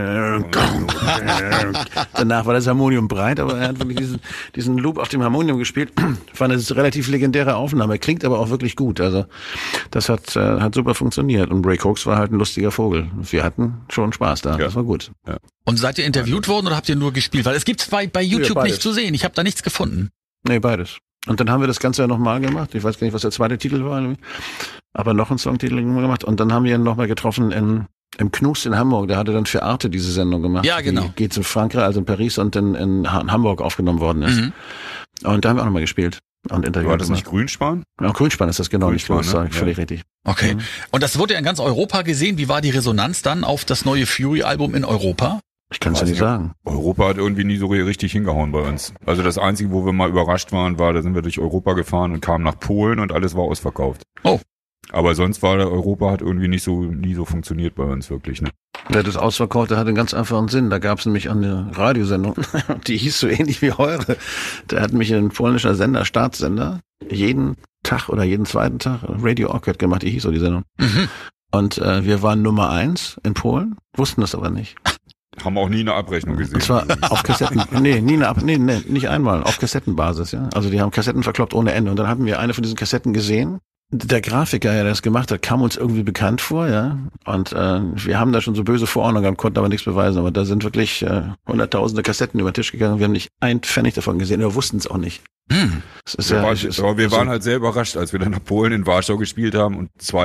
[SPEAKER 2] Danach war das Harmonium breit, aber er hat wirklich diesen Loop auf dem Harmonium gespielt. War eine relativ legendäre Aufnahme. Klingt aber auch wirklich gut. Also das hat super funktioniert. Und Ray Cox war halt ein lustiger Vogel. Wir hatten schon Spaß da. Ja. Das war gut.
[SPEAKER 1] Ja.
[SPEAKER 4] Und seid ihr interviewt worden oder habt ihr nur gespielt? Weil es gibt's bei YouTube
[SPEAKER 2] beides.
[SPEAKER 4] nicht zu sehen. Ich habe da nichts gefunden.
[SPEAKER 2] Nee, beides. Und dann haben wir das Ganze ja nochmal gemacht. Ich weiß gar nicht, was der zweite Titel war. Aber noch einen Songtitel gemacht. Und dann haben wir ihn nochmal getroffen im Knust in Hamburg. Der hatte dann für Arte diese Sendung gemacht.
[SPEAKER 4] Ja, genau.
[SPEAKER 2] Die geht in Frankreich, also in Paris und in Hamburg aufgenommen worden ist.
[SPEAKER 4] Mhm.
[SPEAKER 2] Und da haben wir auch nochmal gespielt. Und interviewt.
[SPEAKER 1] War das nicht Grünspan?
[SPEAKER 2] Ja, Grünspan ist das genau,
[SPEAKER 1] Grünspan,
[SPEAKER 2] nicht Knust, völlig richtig.
[SPEAKER 4] Okay.
[SPEAKER 2] Mhm.
[SPEAKER 4] Und das wurde ja in ganz Europa gesehen. Wie war die Resonanz dann auf das neue Fury-Album in Europa?
[SPEAKER 2] Ich kann es ja nicht sagen.
[SPEAKER 1] Europa hat irgendwie nie so richtig hingehauen bei uns. Also das Einzige, wo wir mal überrascht waren, war, da sind wir durch Europa gefahren und kamen nach Polen und alles war ausverkauft.
[SPEAKER 4] Oh.
[SPEAKER 1] Aber sonst war Europa hat irgendwie nie so funktioniert bei uns wirklich. Ne?
[SPEAKER 2] Ja, das Ausverkaufte hatte einen ganz einfachen Sinn. Da gab es nämlich eine Radiosendung, die hieß so ähnlich wie eure. Da hat mich ein polnischer Sender, Staatssender, jeden Tag oder jeden zweiten Tag Radio Orchid gemacht. Die hieß so die Sendung.
[SPEAKER 4] Mhm.
[SPEAKER 2] Und wir waren Nummer 1 in Polen, wussten das aber nicht.
[SPEAKER 1] Haben auch nie eine Abrechnung gesehen.
[SPEAKER 2] Und zwar auf Kassetten, nicht einmal, auf Kassettenbasis, ja. Also die haben Kassetten verkloppt ohne Ende. Und dann hatten wir eine von diesen Kassetten gesehen. Der Grafiker, der das gemacht hat, kam uns irgendwie bekannt vor, ja. Und wir haben da schon so böse Vorahnungen gehabt, konnten aber nichts beweisen. Aber da sind wirklich hunderttausende Kassetten über den Tisch gegangen. Wir haben nicht einen Pfennig davon gesehen, wir wussten es auch nicht. Das ist
[SPEAKER 1] wir waren halt sehr überrascht, als wir dann nach Polen in Warschau gespielt haben und zwei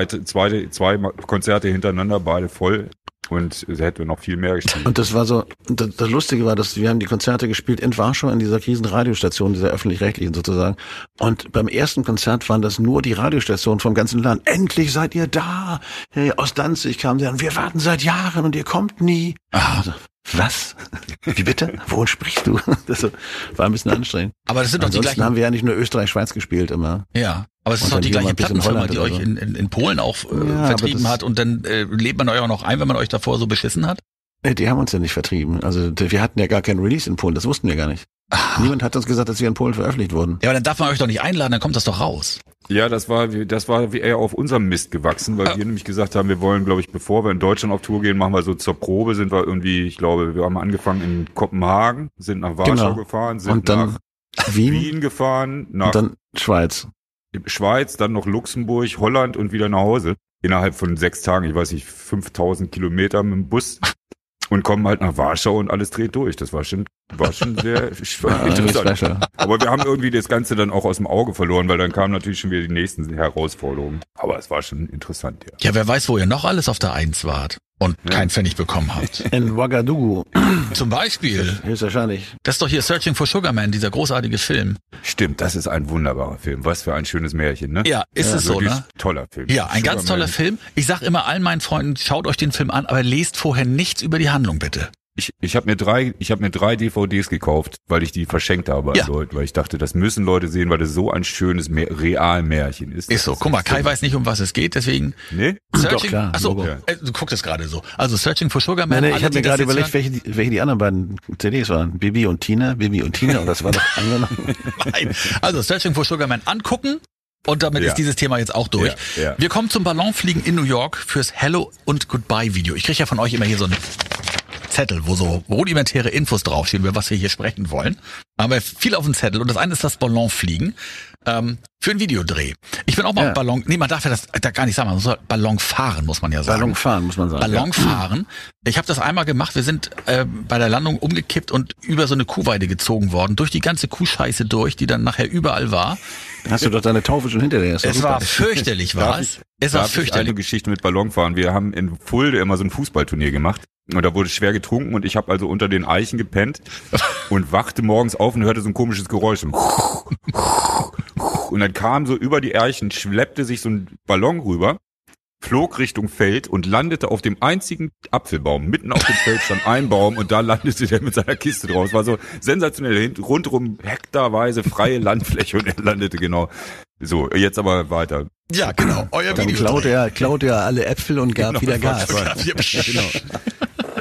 [SPEAKER 1] Konzerte hintereinander, beide voll. Und es hätte noch viel mehr gespielt.
[SPEAKER 2] Und das war so, das Lustige war, dass wir haben die Konzerte gespielt in Warschau, in dieser riesen Radiostation, dieser öffentlich-rechtlichen sozusagen. Und beim ersten Konzert waren das nur die Radiostationen vom ganzen Land. Endlich seid ihr da! Hey, aus Danzig kamen sie an, wir warten seit Jahren und ihr kommt nie. Also, was? Wie bitte? Wohin sprichst du? Das war ein bisschen anstrengend.
[SPEAKER 4] Aber das sind doch die
[SPEAKER 2] Ansonsten
[SPEAKER 4] gleichen.
[SPEAKER 2] haben wir ja nicht nur Österreich-Schweiz gespielt immer.
[SPEAKER 4] Ja, aber es ist
[SPEAKER 2] Und
[SPEAKER 4] doch
[SPEAKER 2] dann
[SPEAKER 4] die
[SPEAKER 2] hier mal
[SPEAKER 4] gleiche
[SPEAKER 2] ein bisschen
[SPEAKER 4] Plattenfirma, die
[SPEAKER 2] Holland
[SPEAKER 4] euch
[SPEAKER 2] oder so.
[SPEAKER 4] in Polen auch
[SPEAKER 2] Ja,
[SPEAKER 4] vertrieben
[SPEAKER 2] aber
[SPEAKER 4] hat und dann lädt man euch auch noch ein, wenn man euch davor so beschissen hat?
[SPEAKER 2] Die haben uns ja nicht vertrieben. Also wir hatten ja gar keinen Release in Polen, das wussten wir gar nicht. Niemand hat uns gesagt, dass wir in Polen veröffentlicht wurden.
[SPEAKER 4] Ja, aber dann darf man euch doch nicht einladen, dann kommt das doch raus.
[SPEAKER 1] Ja, das war wie eher auf unserem Mist gewachsen, weil wir nämlich gesagt haben, wir wollen, glaube ich, bevor wir in Deutschland auf Tour gehen, machen wir so zur Probe, sind wir irgendwie, ich glaube, wir haben angefangen in Kopenhagen, sind nach Warschau gefahren, sind
[SPEAKER 2] und dann
[SPEAKER 1] nach
[SPEAKER 2] Wien
[SPEAKER 1] gefahren, nach
[SPEAKER 2] und dann Schweiz.
[SPEAKER 1] Schweiz, dann noch Luxemburg, Holland und wieder nach Hause. Innerhalb von 6 Tagen, ich weiß nicht, 5000 Kilometer mit dem Bus. Und kommen halt nach Warschau und alles dreht durch. Das war schon sehr interessant. Aber wir haben irgendwie das Ganze dann auch aus dem Auge verloren, weil dann kamen natürlich schon wieder die nächsten Herausforderungen. Aber es war schon interessant, ja.
[SPEAKER 4] Ja, wer weiß, wo ihr noch alles auf der 1 wart und keinen Pfennig bekommen habt.
[SPEAKER 2] In Ouagadougou.
[SPEAKER 4] Zum Beispiel.
[SPEAKER 2] Höchstwahrscheinlich.
[SPEAKER 4] Das ist doch hier Searching for Sugar Man, dieser großartige Film.
[SPEAKER 1] Stimmt, das ist ein wunderbarer Film. Was für ein schönes Märchen, ne?
[SPEAKER 4] Ja, ist es so,
[SPEAKER 1] Wirklich
[SPEAKER 4] ne?
[SPEAKER 1] Toller Film.
[SPEAKER 4] Ja, ein ganz toller
[SPEAKER 1] Man.
[SPEAKER 4] Film. Ich sag immer allen meinen Freunden, schaut euch den Film an, aber lest vorher nichts über die Handlung, bitte.
[SPEAKER 1] Ich habe mir drei DVDs gekauft, weil ich die verschenkt habe an Leute, weil ich dachte, das müssen Leute sehen, weil das so ein schönes Real-Märchen ist.
[SPEAKER 4] Ist so. Guck mal, Kai weiß nicht, um was es geht, deswegen.
[SPEAKER 1] Nee?
[SPEAKER 2] Doch, klar.
[SPEAKER 4] Achso,
[SPEAKER 2] Logo.
[SPEAKER 4] du guckst es gerade so. Also Searching for Sugar Man.
[SPEAKER 2] Ich
[SPEAKER 4] alle,
[SPEAKER 2] habe
[SPEAKER 4] die
[SPEAKER 2] mir
[SPEAKER 4] das
[SPEAKER 2] gerade
[SPEAKER 4] jetzt
[SPEAKER 2] überlegt, welche die anderen beiden CDs waren. Bibi und Tina, und das war doch angenommen.
[SPEAKER 4] Nein. Also Searching for Sugar Man angucken. Und damit ist dieses Thema jetzt auch durch.
[SPEAKER 1] Ja.
[SPEAKER 4] Wir kommen zum Ballonfliegen in New York fürs Hello und Goodbye Video. Ich kriege ja von euch immer hier so einen Zettel, wo so rudimentäre Infos draufstehen, über was wir hier sprechen wollen. Aber viel auf dem Zettel. Und das eine ist das Ballonfliegen für einen Videodreh. Ich bin auch mal Ballon... Nee, man darf ja das da gar nicht sagen. Man soll Ballon fahren, muss man ja sagen.
[SPEAKER 2] Ballon fahren, muss man sagen.
[SPEAKER 4] Ballon fahren. Ich habe das einmal gemacht. Wir sind bei der Landung umgekippt und über so eine Kuhweide gezogen worden. Durch die ganze Kuhscheiße durch, die dann nachher überall war.
[SPEAKER 2] Hast du doch deine Taufe schon hinter dir.
[SPEAKER 4] Es war fürchterlich, war es? Es war fürchterlich.
[SPEAKER 1] Eine Geschichte mit Ballonfahren. Wir haben in Fulda immer so ein Fußballturnier gemacht. Und da wurde schwer getrunken und ich habe also unter den Eichen gepennt und wachte morgens auf und hörte so ein komisches Geräusch. Und dann kam so über die Eichen, schleppte sich so ein Ballon rüber, flog Richtung Feld und landete auf dem einzigen Apfelbaum. Mitten auf dem Feld stand ein Baum und da landete der mit seiner Kiste drauf. Es war so sensationell, rundherum hektarweise freie Landfläche und er landete genau. So, jetzt aber weiter.
[SPEAKER 4] Ja, genau.
[SPEAKER 2] Dann klaut er alle Äpfel und gab wieder Gas.
[SPEAKER 1] Genau.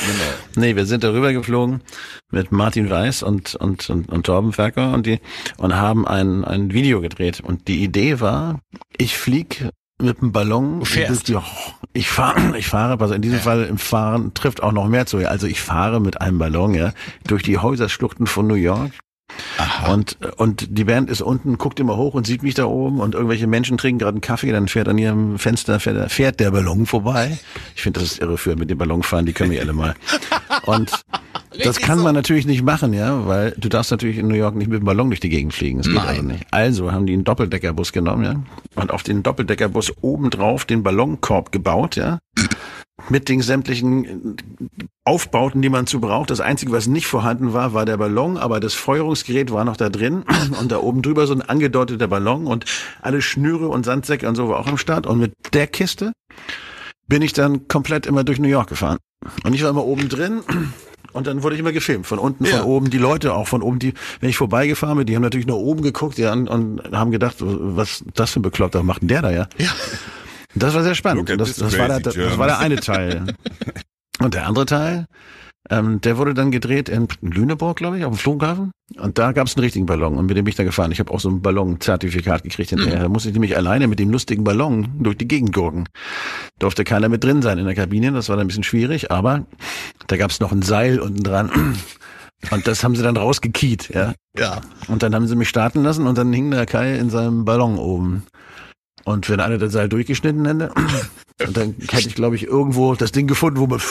[SPEAKER 2] Nee, wir sind darüber geflogen mit Martin Weiß und Torben Ferker und haben ein Video gedreht. Und die Idee war, ich flieg mit dem Ballon.
[SPEAKER 4] Du fährst.
[SPEAKER 2] Ich fahre, also in diesem Fall im Fahren trifft auch noch mehr zu. Also ich fahre mit einem Ballon, ja, durch die Häuserschluchten von New York.
[SPEAKER 4] Aha.
[SPEAKER 2] Und die Band ist unten, guckt immer hoch und sieht mich da oben und irgendwelche Menschen trinken gerade einen Kaffee, dann fährt an ihrem Fenster fährt der Ballon vorbei. Ich finde, das ist irreführend mit dem Ballon fahren, die können wir alle mal. Und das kann man natürlich nicht machen, ja, weil du darfst natürlich in New York nicht mit dem Ballon durch die Gegend fliegen. Das geht also nicht. Also haben die einen Doppeldeckerbus genommen, ja, und auf den Doppeldeckerbus obendrauf den Ballonkorb gebaut, ja. Mit den sämtlichen Aufbauten, die man zu braucht. Das Einzige, was nicht vorhanden war, war der Ballon, aber das Feuerungsgerät war noch da drin und da oben drüber so ein angedeuteter Ballon und alle Schnüre und Sandsäcke und so war auch am Start. Und mit der Kiste bin ich dann komplett immer durch New York gefahren. Und ich war immer oben drin und dann wurde ich immer gefilmt. Von unten, von oben, die Leute auch von oben, wenn ich vorbeigefahren bin, die haben natürlich nach oben geguckt, ja, und haben gedacht, was das für ein Bekloppter macht denn der da, ja? Ja. Das war sehr spannend. Das war der eine Teil. Und der andere Teil, der wurde dann gedreht in Lüneburg, glaube ich, auf dem Flughafen. Und da gab es einen richtigen Ballon und mit dem bin ich da gefahren. Ich habe auch so ein Ballon-Zertifikat gekriegt hinterher. Da musste ich nämlich alleine mit dem lustigen Ballon durch die Gegend gurken. Durfte keiner mit drin sein in der Kabine, das war dann ein bisschen schwierig, aber da gab es noch ein Seil unten dran. Und das haben sie dann rausgekiet, ja. Ja. Und dann haben sie mich starten lassen und dann hing der Kai in seinem Ballon oben. Und wenn einer das Seil durchgeschnitten hätte, und dann hätte ich, glaube ich, irgendwo das Ding gefunden, wo man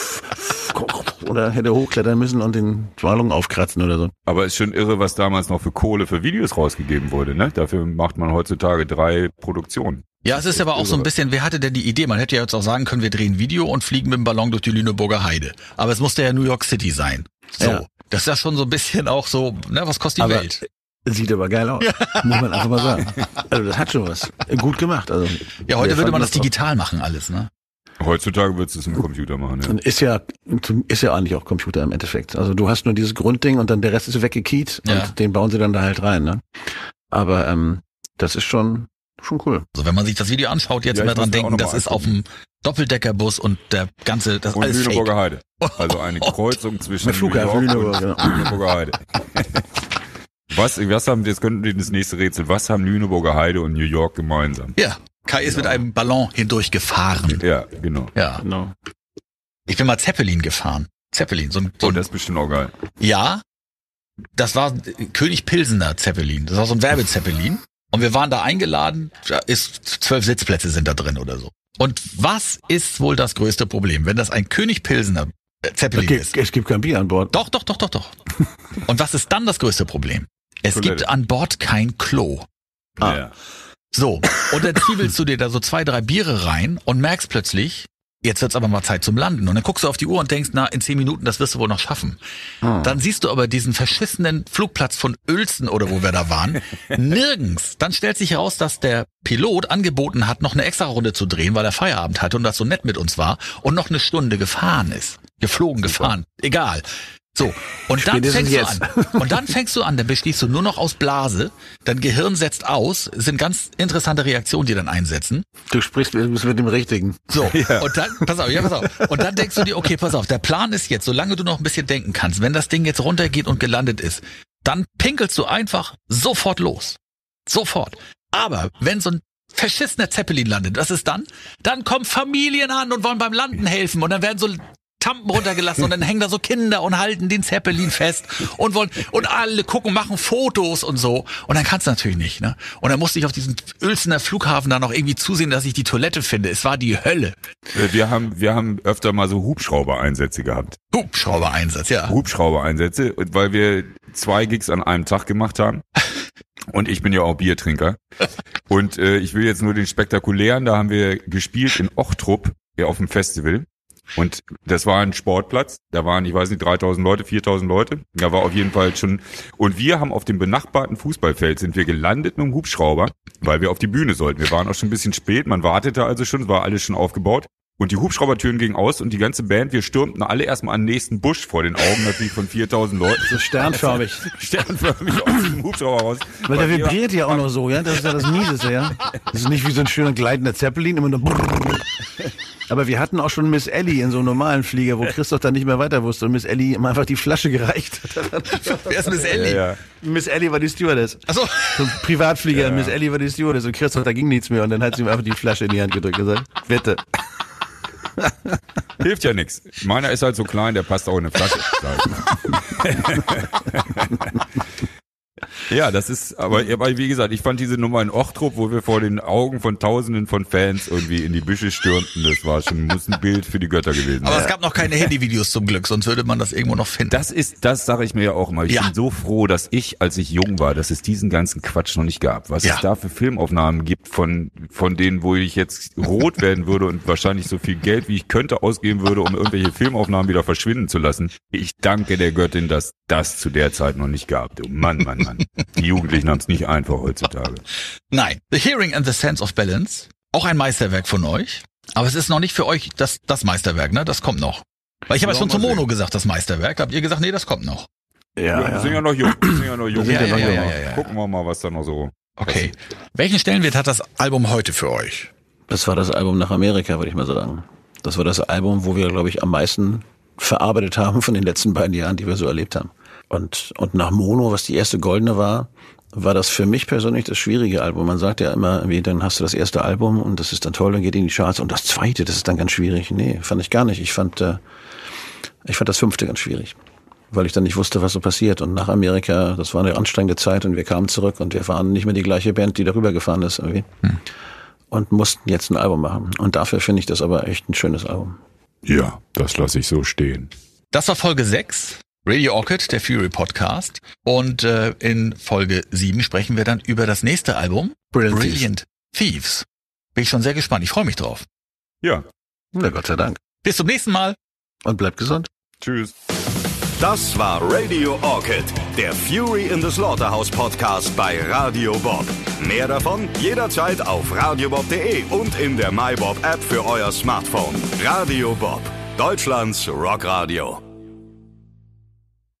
[SPEAKER 2] oder hätte hochklettern müssen und den Ballon aufkratzen oder so.
[SPEAKER 1] Aber ist schon irre, was damals noch für Kohle für Videos rausgegeben wurde, ne? Dafür macht man heutzutage 3 Produktionen.
[SPEAKER 4] Ja, es ist aber auch so ein bisschen, wer hatte denn die Idee? Man hätte ja jetzt auch sagen können, wir drehen ein Video und fliegen mit dem Ballon durch die Lüneburger Heide. Aber es musste ja New York City sein. So. Ja. Das ist ja schon so ein bisschen auch so, ne, was kostet die Welt?
[SPEAKER 2] Sieht aber geil aus, muss man einfach mal sagen. Also das hat schon was. Gut gemacht. Also
[SPEAKER 4] ja, heute würde man das digital machen alles, ne?
[SPEAKER 1] Heutzutage würdest du es im Computer machen, ja.
[SPEAKER 2] Und ist ja eigentlich auch Computer im Endeffekt. Also du hast nur dieses Grundding und dann der Rest ist weggekiet und den bauen sie dann da halt rein, ne? Aber das ist schon cool.
[SPEAKER 4] Also wenn man sich das Video anschaut, jetzt mal dran denken, das ist auf dem Doppeldeckerbus und der ganze, das
[SPEAKER 1] und
[SPEAKER 4] alles
[SPEAKER 1] Lüneburger
[SPEAKER 4] fake.
[SPEAKER 1] Heide. Also eine Kreuzung zwischen
[SPEAKER 2] Flughafen
[SPEAKER 1] Lüneburg und Lüneburger Heide. Was haben, jetzt könnten wir das nächste Rätsel, was haben Lüneburger Heide und New York gemeinsam?
[SPEAKER 4] Ja, Kai ist mit einem Ballon hindurch gefahren.
[SPEAKER 1] Ja, genau.
[SPEAKER 4] Ja.
[SPEAKER 2] Genau.
[SPEAKER 4] Ich bin mal Zeppelin gefahren. Zeppelin, so ein
[SPEAKER 1] das ist bestimmt auch geil.
[SPEAKER 4] Ja, das war König Pilsener Zeppelin. Das war so ein Werbezeppelin. Und wir waren da eingeladen, da ist 12 Sitzplätze sind da drin oder so. Und was ist wohl das größte Problem, wenn das ein König Pilsener Zeppelin ist?
[SPEAKER 2] Es gibt kein Bier an Bord.
[SPEAKER 4] Doch. Und was ist dann das größte Problem? Es
[SPEAKER 1] Toilette.
[SPEAKER 4] gibt an Bord kein Klo.
[SPEAKER 1] Ja.
[SPEAKER 4] So, und dann zwiebelst du dir da so 2, 3 Biere rein und merkst plötzlich, jetzt wird's aber mal Zeit zum Landen. Und dann guckst du auf die Uhr und denkst, na, in 10 Minuten, das wirst du wohl noch schaffen. Dann siehst du aber diesen verschissenen Flugplatz von Uelzen oder wo wir da waren, nirgends. Dann stellt sich heraus, dass der Pilot angeboten hat, noch eine extra Runde zu drehen, weil er Feierabend hatte und das so nett mit uns war und noch eine Stunde gefahren ist. Gefahren. Egal. So, und dann fängst du an, dann bestehst du nur noch aus Blase, dein Gehirn setzt aus, es sind ganz interessante Reaktionen, die dann einsetzen.
[SPEAKER 2] Du sprichst mit dem Richtigen.
[SPEAKER 4] So, ja. Und dann, pass auf. Und dann denkst du dir, okay, pass auf, der Plan ist jetzt, solange du noch ein bisschen denken kannst, wenn das Ding jetzt runtergeht und gelandet ist, dann pinkelst du einfach sofort los. Sofort. Aber wenn so ein verschissener Zeppelin landet, was ist dann? Dann kommen Familien an und wollen beim Landen helfen und dann werden so Tampen runtergelassen und dann hängen da so Kinder und halten den Zeppelin fest und alle gucken, machen Fotos und so. Und dann kannst du natürlich nicht, ne? Und dann musste ich auf diesen Uelzener Flughafen da noch irgendwie zusehen, dass ich die Toilette finde. Es war die Hölle.
[SPEAKER 1] Wir haben öfter mal so Hubschrauber-Einsätze gehabt.
[SPEAKER 4] Hubschrauber-Einsatz, ja.
[SPEAKER 1] Hubschrauber-Einsätze, weil wir 2 Gigs an einem Tag gemacht haben. Und ich bin ja auch Biertrinker. Und ich will jetzt nur den spektakulären, da haben wir gespielt in Ochtrup, auf dem Festival. Und das war ein Sportplatz, da waren, ich weiß nicht, 3.000 Leute, 4.000 Leute. Da war auf jeden Fall schon, und wir haben auf dem benachbarten Fußballfeld, sind wir gelandet mit dem Hubschrauber, weil wir auf die Bühne sollten. Wir waren auch schon ein bisschen spät, man wartete also schon, es war alles schon aufgebaut. Und die Hubschraubertüren gingen aus und die ganze Band, wir stürmten alle erstmal an den nächsten Busch vor den Augen natürlich von 4.000 Leuten.
[SPEAKER 2] So sternförmig.
[SPEAKER 1] Sternförmig aus dem Hubschrauber raus.
[SPEAKER 2] Weil der vibriert ja auch noch so, ja? Das ist ja das Mieseste, ja? Das ist nicht wie so ein schöner gleitender Zeppelin, immer nur Aber wir hatten auch schon Miss Ellie in so einem normalen Flieger, wo Christoph dann nicht mehr weiter wusste und Miss Ellie ihm einfach die Flasche gereicht hat.
[SPEAKER 4] Wer ist Miss Ellie?
[SPEAKER 1] Ja.
[SPEAKER 2] Miss Ellie war die Stewardess.
[SPEAKER 4] Achso.
[SPEAKER 2] So ein Privatflieger, Miss Ellie war die Stewardess und Christoph, da ging nichts mehr und dann hat sie ihm einfach die Flasche in die Hand gedrückt und gesagt, bitte.
[SPEAKER 1] Hilft ja nichts. Meiner ist halt so klein, der passt auch in eine Flasche. Ja, das ist, aber wie gesagt, ich fand diese Nummer in Ochtrup, wo wir vor den Augen von Tausenden von Fans irgendwie in die Büsche stürmten, das war schon, muss ein Bild für die Götter gewesen sein.
[SPEAKER 4] Aber es gab noch keine Handyvideos zum Glück, sonst würde man das irgendwo noch finden.
[SPEAKER 1] Das sage ich mir ja auch immer. Ich bin so froh, dass ich, als ich jung war, dass es diesen ganzen Quatsch noch nicht gab. Was es da für Filmaufnahmen gibt von denen, wo ich jetzt rot werden würde und wahrscheinlich so viel Geld, wie ich könnte, ausgeben würde, um irgendwelche Filmaufnahmen wieder verschwinden zu lassen. Ich danke der Göttin, dass das zu der Zeit noch nicht gab. Du Mann. Die Jugendlichen haben es nicht einfach heutzutage.
[SPEAKER 4] Nein. The Hearing and the Sense of Balance. Auch ein Meisterwerk von euch. Aber es ist noch nicht für euch das Meisterwerk, ne? Das kommt noch. Weil ich habe ja schon zu Mono gesagt, das Meisterwerk. Da habt ihr gesagt, nee, das kommt noch.
[SPEAKER 1] Wir sind ja noch jung.
[SPEAKER 4] Ja.
[SPEAKER 1] Gucken wir mal, was da noch so
[SPEAKER 4] Okay. Welchen Stellenwert hat das Album heute für euch?
[SPEAKER 2] Das war das Album nach Amerika, würde ich mal sagen. Das war das Album, wo wir, glaube ich, am meisten verarbeitet haben von den letzten beiden Jahren, die wir so erlebt haben. Und nach Mono, was die erste goldene war das für mich persönlich das schwierige Album. Man sagt ja immer, dann hast du das erste Album und das ist dann toll, dann geht in die Charts und das zweite, das ist dann ganz schwierig. Nee, fand ich gar nicht. Ich fand das fünfte ganz schwierig, weil ich dann nicht wusste, was so passiert. Und nach Amerika, das war eine anstrengende Zeit und wir kamen zurück und wir waren nicht mehr die gleiche Band, die darüber gefahren ist irgendwie. Und mussten jetzt ein Album machen. Und dafür finde ich das aber echt ein schönes Album.
[SPEAKER 1] Ja, das lasse ich so stehen.
[SPEAKER 4] Das war Folge 6. Radio Orchid, der Fury Podcast. Und in Folge 7 sprechen wir dann über das nächste Album, Brilliant Thieves. Bin ich schon sehr gespannt. Ich freue mich drauf.
[SPEAKER 1] Ja.
[SPEAKER 2] Na Gott sei Dank.
[SPEAKER 4] Bis zum nächsten Mal.
[SPEAKER 2] Und bleibt gesund.
[SPEAKER 1] Tschüss.
[SPEAKER 3] Das war Radio Orchid, der Fury in the Slaughterhouse Podcast bei Radio Bob. Mehr davon jederzeit auf radiobob.de und in der MyBob App für euer Smartphone. Radio Bob, Deutschlands Rockradio.